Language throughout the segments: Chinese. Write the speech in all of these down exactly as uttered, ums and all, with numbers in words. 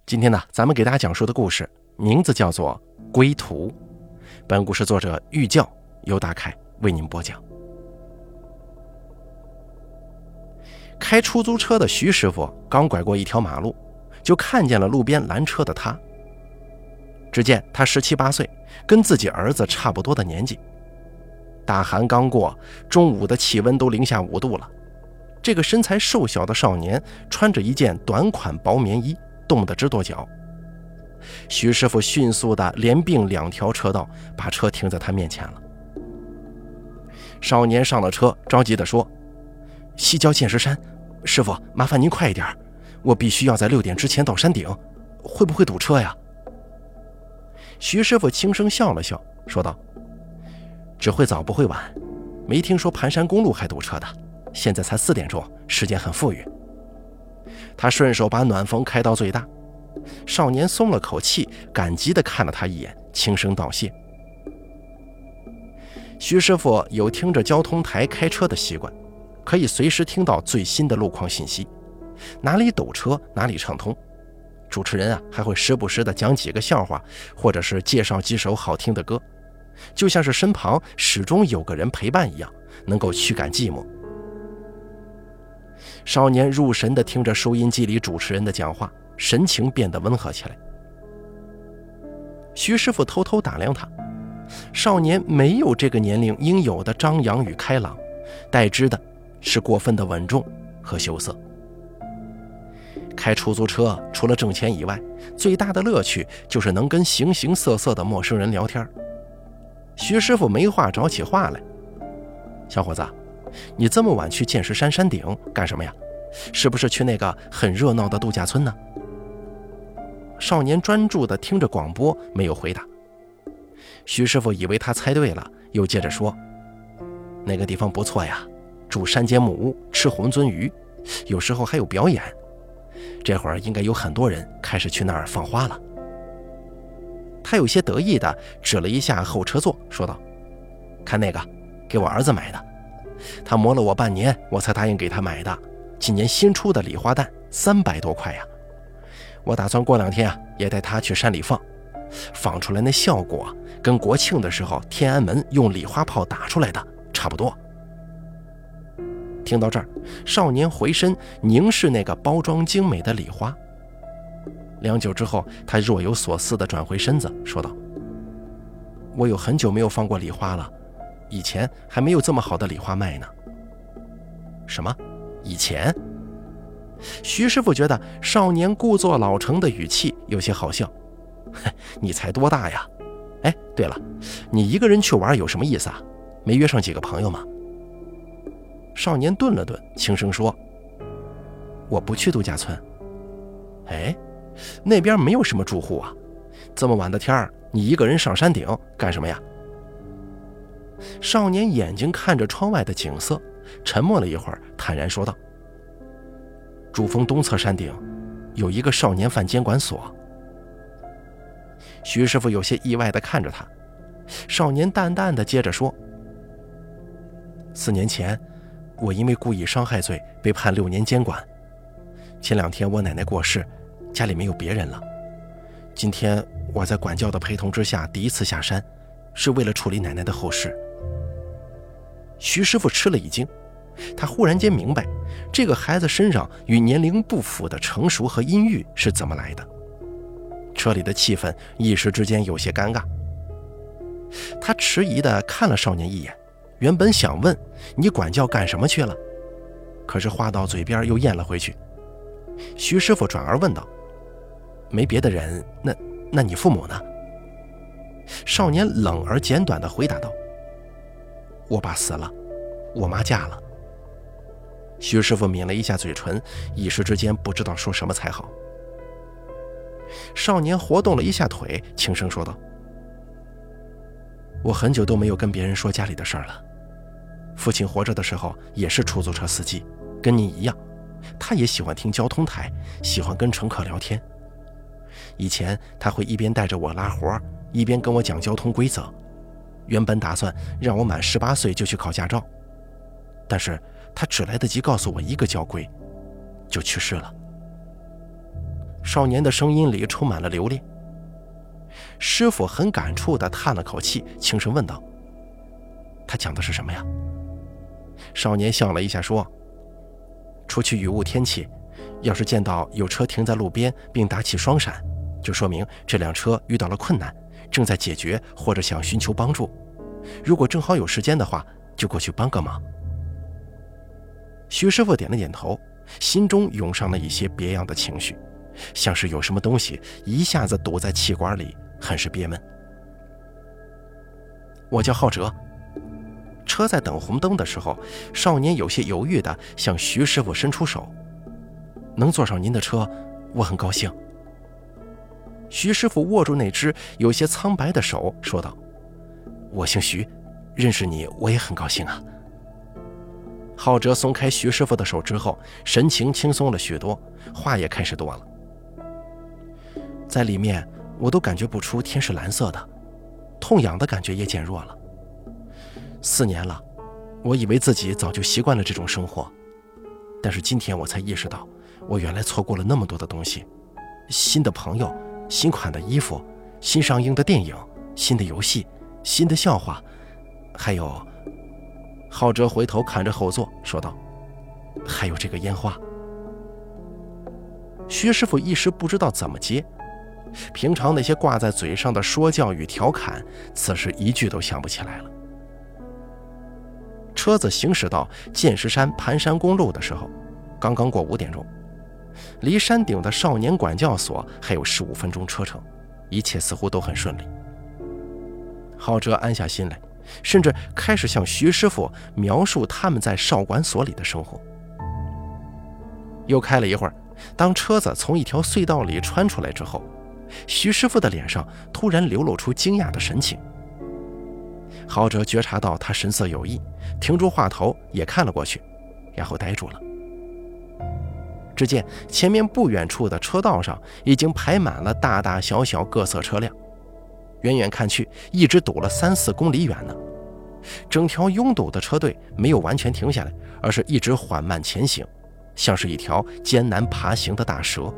今天呢，咱们给大家讲述的故事名字叫做《归途》。本故事作者玉教由大凯为您播讲。开出租车的徐师傅刚拐过一条马路，就看见了路边拦车的他。只见他十七八岁，跟自己儿子差不多的年纪。大寒刚过，中午的气温都零下五度了。这个身材瘦小的少年穿着一件短款薄棉衣，冻得直跺脚。徐师傅迅速地连并两条车道，把车停在他面前了。少年上了车，着急地说：西郊剑石山，师傅，麻烦您快一点，我必须要在六点之前到山顶，会不会堵车呀？徐师傅轻声笑了笑，说道：只会早不会晚，没听说盘山公路还堵车的，现在才四点钟，时间很富裕。他顺手把暖风开到最大。少年松了口气，感激地看了他一眼，轻声道谢。徐师傅有听着交通台开车的习惯，可以随时听到最新的路况信息，哪里堵车哪里畅通。主持人啊，还会时不时地讲几个笑话，或者是介绍几首好听的歌，就像是身旁始终有个人陪伴一样，能够驱赶寂寞。少年入神地听着收音机里主持人的讲话，神情变得温和起来。徐师傅偷偷打量他，少年没有这个年龄应有的张扬与开朗，代之的是过分的稳重和羞涩。开出租车除了挣钱以外，最大的乐趣就是能跟形形色色的陌生人聊天。徐师傅没话找起话来：小伙子，你这么晚去剑石山山顶干什么呀？是不是去那个很热闹的度假村呢？少年专注地听着广播，没有回答。徐师傅以为他猜对了，又接着说：那个地方不错呀，住山间木屋，吃红鳟鱼，有时候还有表演。这会儿应该有很多人开始去那儿放花了。他有些得意地指了一下后车座，说道：看那个，给我儿子买的，他磨了我半年，我才答应给他买的，今年新出的礼花弹，三百多块呀。我打算过两天啊，也带他去山里放，放出来那效果跟国庆的时候天安门用礼花炮打出来的差不多。听到这儿，少年回身凝视那个包装精美的礼花。良久之后，他若有所思地转回身子，说道：我有很久没有放过礼花了，以前还没有这么好的礼花卖呢。什么？以前？徐师傅觉得少年故作老成的语气有些好笑。你才多大呀？哎，对了，你一个人去玩有什么意思啊？没约上几个朋友吗？少年顿了顿，轻声说：我不去度假村。哎，那边没有什么住户啊，这么晚的天儿，你一个人上山顶干什么呀？少年眼睛看着窗外的景色，沉默了一会儿，坦然说道：珠峰东侧山顶有一个少年犯监管所。徐师傅有些意外地看着他，少年淡淡地接着说：四年前我因为故意伤害罪被判六年监管，前两天我奶奶过世，家里没有别人了，今天我在管教的陪同之下第一次下山，是为了处理奶奶的后事。徐师傅吃了一惊，他忽然间明白这个孩子身上与年龄不符的成熟和阴郁是怎么来的。车里的气氛一时之间有些尴尬。他迟疑地看了少年一眼，原本想问你管教干什么去了，可是话到嘴边又咽了回去。徐师傅转而问道：没别的人，那那你父母呢？少年冷而简短地回答道：我爸死了，我妈嫁了。徐师傅抿了一下嘴唇，一时之间不知道说什么才好。少年活动了一下腿，轻声说道：我很久都没有跟别人说家里的事儿了。父亲活着的时候也是出租车司机，跟你一样，他也喜欢听交通台，喜欢跟乘客聊天。以前他会一边带着我拉活，一边跟我讲交通规则，原本打算让我满十八岁就去考驾照，但是他只来得及告诉我一个交规，就去世了。 少年的声音里充满了留恋。师傅很感触地叹了口气，轻声问道：“他讲的是什么呀？”少年笑了一下说：“除去雨雾天气，要是见到有车停在路边并打起双闪，就说明这辆车遇到了困难，正在解决或者想寻求帮助。如果正好有时间的话，就过去帮个忙。”徐师傅点了点头，心中涌上了一些别样的情绪，像是有什么东西一下子堵在气管里，很是憋闷。“我叫浩哲。”车在等红灯的时候，少年有些犹豫地向徐师傅伸出手：“能坐上您的车，我很高兴。”徐师傅握住那只有些苍白的手，说道：“我姓徐，认识你我也很高兴啊。”浩哲松开徐师傅的手之后，神情轻松了许多，话也开始多了。“在里面我都感觉不出天是蓝色的，痛痒的感觉也减弱了。四年了，我以为自己早就习惯了这种生活，但是今天我才意识到，我原来错过了那么多的东西：新的朋友、新款的衣服、新上映的电影、新的游戏、新的笑话，还有……”浩哲回头看着后座说道：“还有这个烟花。”徐师傅一时不知道怎么接，平常那些挂在嘴上的说教与调侃，此时一句都想不起来了。车子行驶到剑石山盘山公路的时候，刚刚过五点钟，离山顶的少年管教所还有十五分钟车程，一切似乎都很顺利。浩哲安下心来，甚至开始向徐师傅描述他们在少管所里的生活。又开了一会儿，当车子从一条隧道里穿出来之后，徐师傅的脸上突然流露出惊讶的神情。浩哲觉察到他神色有异，停住话头也看了过去，然后呆住了。只见前面不远处的车道上已经排满了大大小小各色车辆，远远看去一直堵了三四公里远呢。整条拥堵的车队没有完全停下来，而是一直缓慢前行，像是一条艰难爬行的大蛇。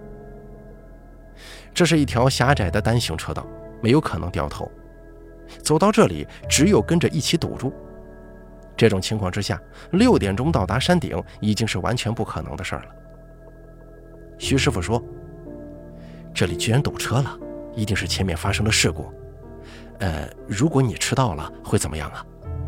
这是一条狭窄的单行车道，没有可能掉头，走到这里只有跟着一起堵住。这种情况之下，六点钟到达山顶已经是完全不可能的事儿了。徐师傅说：“这里居然堵车了，一定是前面发生了事故。呃，如果你迟到了，会怎么样啊？”“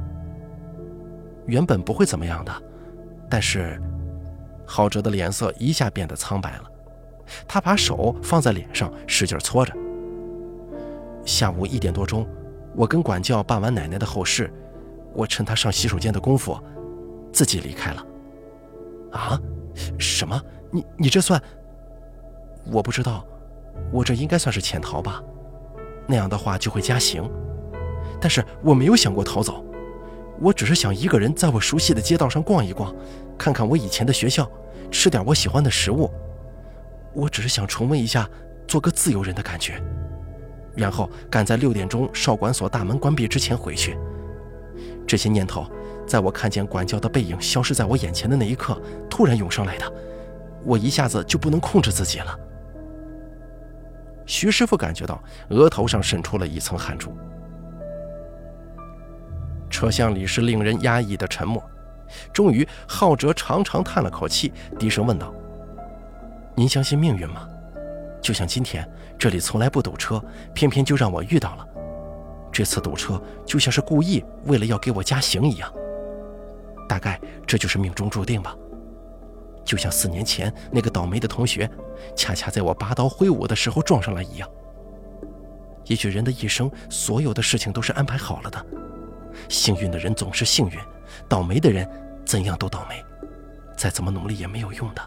原本不会怎么样的，但是……”浩哲的脸色一下变得苍白了，他把手放在脸上使劲搓着。“下午一点多钟，我跟管教办完奶奶的后事，我趁她上洗手间的功夫，自己离开了。”“啊？什么？你你这算……我不知道，我这应该算是潜逃吧？那样的话就会加刑。但是我没有想过逃走，我只是想一个人在我熟悉的街道上逛一逛，看看我以前的学校，吃点我喜欢的食物。我只是想重温一下做个自由人的感觉，然后赶在六点钟少管所大门关闭之前回去。这些念头在我看见管教的背影消失在我眼前的那一刻突然涌上来的，我一下子就不能控制自己了。”徐师傅感觉到额头上渗出了一层汗珠。车厢里是令人压抑的沉默，终于浩哲长长叹了口气，低声问道：“您相信命运吗？就像今天这里从来不堵车，偏偏就让我遇到了。这次堵车就像是故意为了要给我加刑一样，大概这就是命中注定吧。就像四年前那个倒霉的同学，恰恰在我拔刀挥舞的时候撞上来一样。也许人的一生，所有的事情都是安排好了的。幸运的人总是幸运，倒霉的人怎样都倒霉，再怎么努力也没有用的。”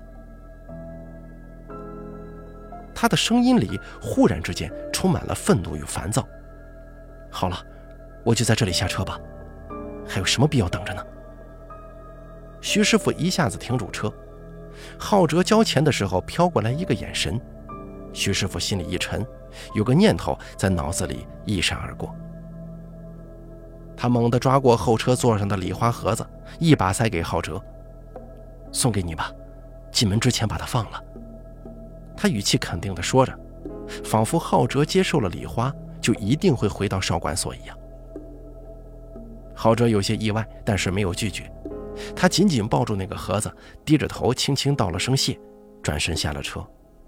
他的声音里忽然之间充满了愤怒与烦躁。“好了，我就在这里下车吧，还有什么必要等着呢？”徐师傅一下子停住车，浩哲交钱的时候飘过来一个眼神，徐师傅心里一沉，有个念头在脑子里一闪而过。他猛地抓过后车座上的礼花盒子，一把塞给浩哲：“送给你吧，进门之前把它放了。” 他语气肯定地说着，仿佛浩哲接受了礼花就一定会回到少管所一样。浩哲有些意外，但是没有拒绝，他紧紧抱住那个盒子，低着头轻轻道了声谢，转身下了车。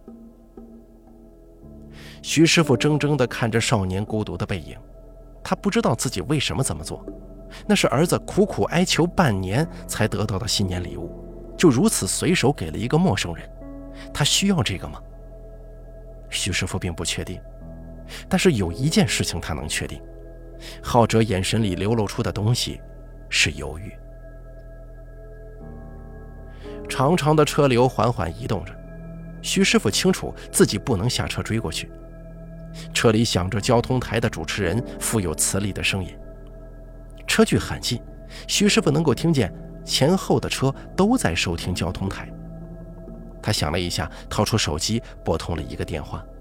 徐师傅怔怔地看着少年孤独的背影，他不知道自己为什么这么做，那是儿子苦苦哀求半年才得到的新年礼物，就如此随手给了一个陌生人，他需要这个吗？徐师傅并不确定，但是有一件事情他能确定，浩哲眼神里流露出的东西是犹豫。长长的车流缓缓移动着，徐师傅清楚自己不能下车追过去。车里响着交通台的主持人富有磁力的声音，车距很近，徐师傅能够听见前后的车都在收听交通台。他想了一下，掏出手机拨通了一个电话。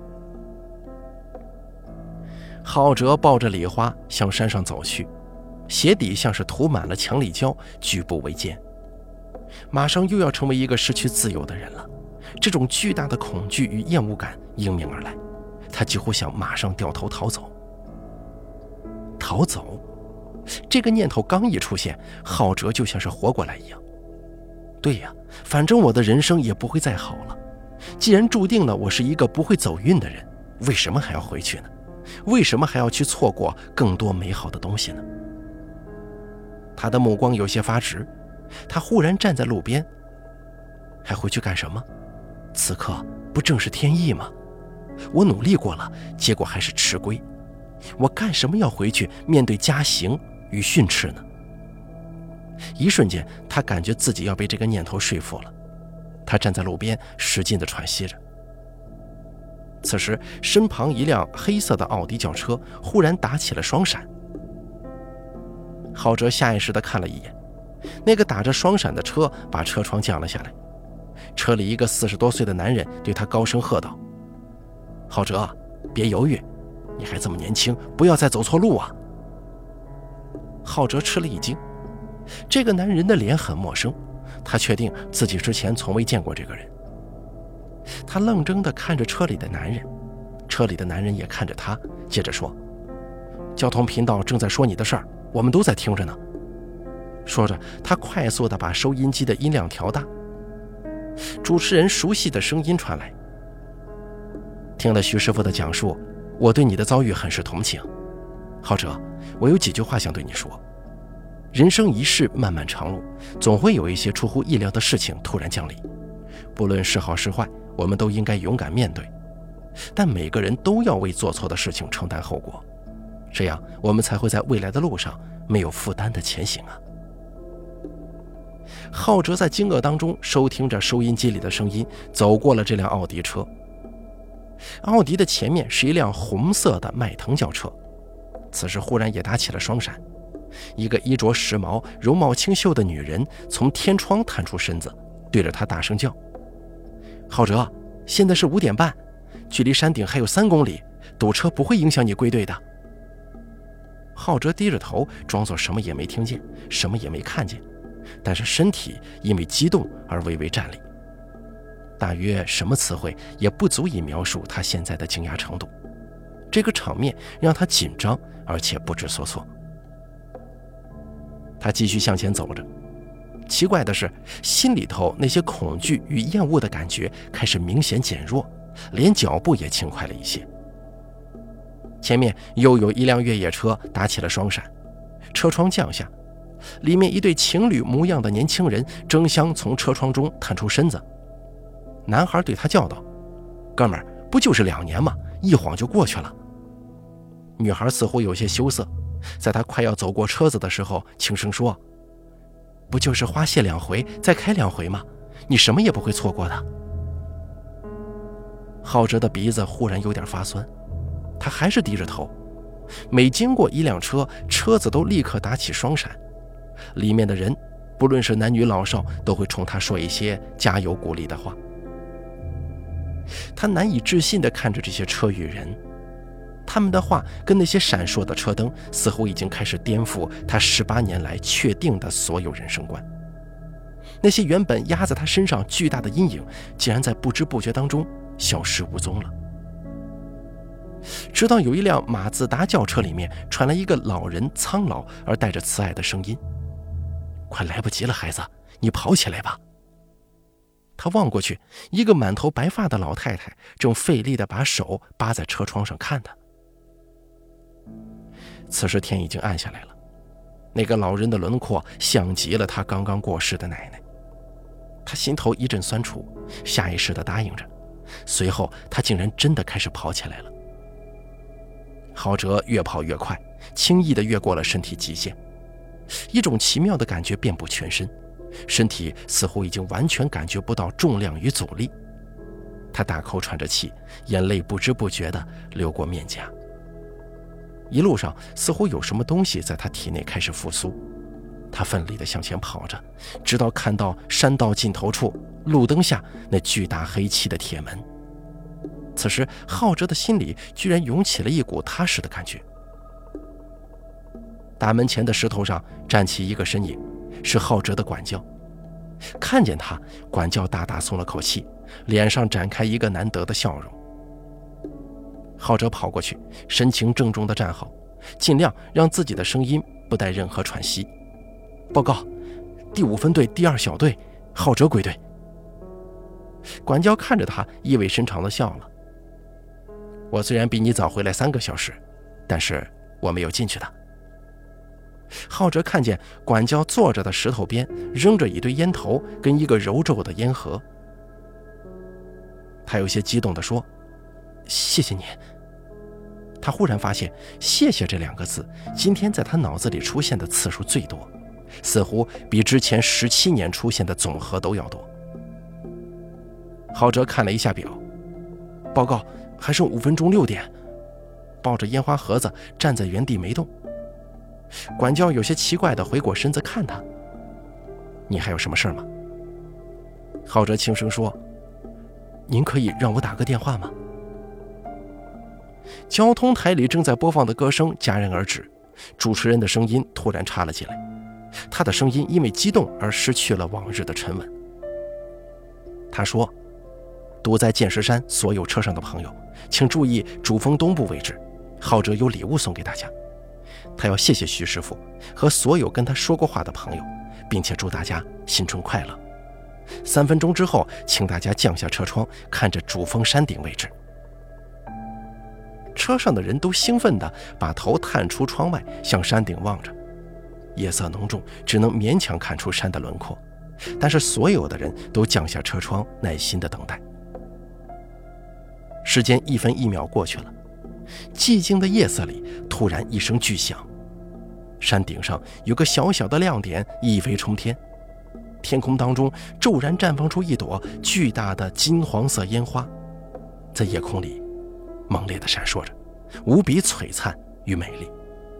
浩哲抱着礼花向山上走去，鞋底像是涂满了强力胶，举步维艰。马上又要成为一个失去自由的人了，这种巨大的恐惧与厌恶感迎面而来，他几乎想马上掉头逃走。逃走，这个念头刚一出现，浩哲就像是活过来一样。对呀，反正我的人生也不会再好了，既然注定了我是一个不会走运的人，为什么还要回去呢？为什么还要去错过更多美好的东西呢？他的目光有些发直，他忽然站在路边，还回去干什么？此刻不正是天意吗？我努力过了，结果还是吃亏，我干什么要回去面对加刑与训斥呢？一瞬间，他感觉自己要被这个念头说服了。他站在路边，使劲地喘息着。此时，身旁一辆黑色的奥迪轿车忽然打起了双闪。浩哲下意识地看了一眼，那个打着双闪的车把车窗降了下来。车里一个四十多岁的男人对他高声喝道：“浩哲，别犹豫，你还这么年轻，不要再走错路啊！”浩哲吃了一惊，这个男人的脸很陌生，他确定自己之前从未见过这个人。他愣怔地看着车里的男人，车里的男人也看着他，接着说：“交通频道正在说你的事儿，我们都在听着呢。”说着，他快速地把收音机的音量调大。主持人熟悉的声音传来：“听了徐师傅的讲述，我对你的遭遇很是同情。浩哲，我有几句话想对你说。人生一世漫漫长路，总会有一些出乎意料的事情突然降临，不论是好是坏，我们都应该勇敢面对，但每个人都要为做错的事情承担后果，这样我们才会在未来的路上没有负担的前行啊。”浩哲在惊愕当中收听着收音机里的声音，走过了这辆奥迪车。奥迪的前面是一辆红色的迈腾轿车，此时忽然也打起了双闪。一个衣着时髦、容貌清秀的女人从天窗探出身子，对着他大声叫：“浩哲，现在是五点半，距离山顶还有三公里，堵车不会影响你归队的。”浩哲低着头，装作什么也没听见，什么也没看见，但是身体因为激动而微微站立。大约什么词汇也不足以描述他现在的惊讶程度。这个场面让他紧张，而且不知所措。他继续向前走着，奇怪的是，心里头那些恐惧与厌恶的感觉开始明显减弱，连脚步也轻快了一些。前面又有一辆越野车打起了双闪，车窗降下，里面一对情侣模样的年轻人争相从车窗中探出身子。男孩对他叫道：“哥们儿，不就是两年吗？一晃就过去了。”女孩似乎有些羞涩，在他快要走过车子的时候轻声说：“不就是花谢两回再开两回吗？你什么也不会错过的。”浩哲的鼻子忽然有点发酸，他还是低着头。每经过一辆车，车子都立刻打起双闪，里面的人不论是男女老少，都会冲他说一些加油鼓励的话。他难以置信地看着这些车与人，他们的话跟那些闪烁的车灯似乎已经开始颠覆他十八年来确定的所有人生观。那些原本压在他身上巨大的阴影，竟然在不知不觉当中消失无踪了。直到有一辆马自达轿车里面传来一个老人苍老而带着慈爱的声音：“快来不及了，孩子，你跑起来吧。”他望过去，一个满头白发的老太太正费力地把手扒在车窗上看他。此时天已经暗下来了，那个老人的轮廓像极了他刚刚过世的奶奶。他心头一阵酸楚，下意识地答应着，随后他竟然真的开始跑起来了。郝哲越跑越快，轻易地越过了身体极限，一种奇妙的感觉遍布全身，身体似乎已经完全感觉不到重量与阻力。他大口喘着气，眼泪不知不觉地流过面颊。一路上似乎有什么东西在他体内开始复苏，他奋力地向前跑着，直到看到山道尽头处路灯下那巨大黑漆的铁门。此时郝哲的心里居然涌起了一股踏实的感觉。大门前的石头上站起一个身影，是郝哲的管教。看见他，管教大大松了口气，脸上展开一个难得的笑容。郝哲跑过去，神情郑重地站好，尽量让自己的声音不带任何喘息。报告，第五分队第二小队，郝哲归队。管教看着他，意味深长地笑了。我虽然比你早回来三个小时，但是我没有进去的。郝哲看见管教坐着的石头边扔着一堆烟头跟一个揉皱的烟盒，他有些激动地说：“谢谢你。”他忽然发现谢谢这两个字今天在他脑子里出现的次数最多，似乎比之前十七年出现的总和都要多。郝哲看了一下表，报告还剩五分钟六点，抱着烟花盒子站在原地没动。管教有些奇怪地回过身子看他：“你还有什么事吗？”郝哲轻声说：“您可以让我打个电话吗？”交通台里正在播放的歌声戛然而止，主持人的声音突然插了进来，他的声音因为激动而失去了往日的沉稳。他说：“堵在剑石山所有车上的朋友，请注意主峰东部位置，郝哲有礼物送给大家。他要谢谢徐师傅和所有跟他说过话的朋友，并且祝大家新春快乐。三分钟之后，请大家降下车窗，看着主峰山顶位置。”车上的人都兴奋地把头探出窗外，向山顶望着。夜色浓重，只能勉强看出山的轮廓，但是所有的人都降下车窗，耐心地等待。时间一分一秒过去了，寂静的夜色里突然一声巨响，山顶上有个小小的亮点一飞冲天，天空当中骤然绽放出一朵巨大的金黄色烟花，在夜空里猛烈地闪烁着，无比璀璨与美丽。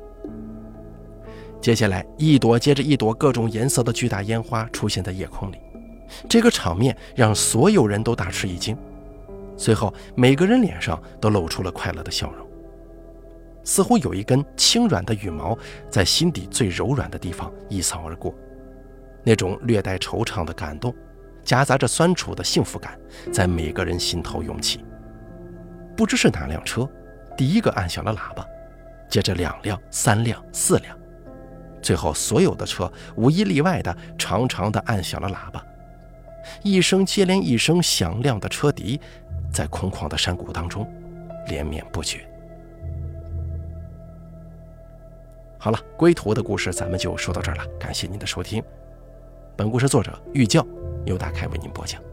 接下来一朵接着一朵各种颜色的巨大烟花出现在夜空里，这个场面让所有人都大吃一惊。随后每个人脸上都露出了快乐的笑容，似乎有一根轻软的羽毛在心底最柔软的地方一扫而过，那种略带惆怅的感动夹杂着酸楚的幸福感在每个人心头涌起。不知是哪辆车第一个按响了喇叭，接着两辆、三辆、四辆，最后所有的车无一例外的长长的按响了喇叭，一声接连一声响亮的车笛在空旷的山谷当中连绵不绝。好了，归途的故事咱们就说到这儿了，感谢您的收听。本故事作者玉教由大开为您播讲。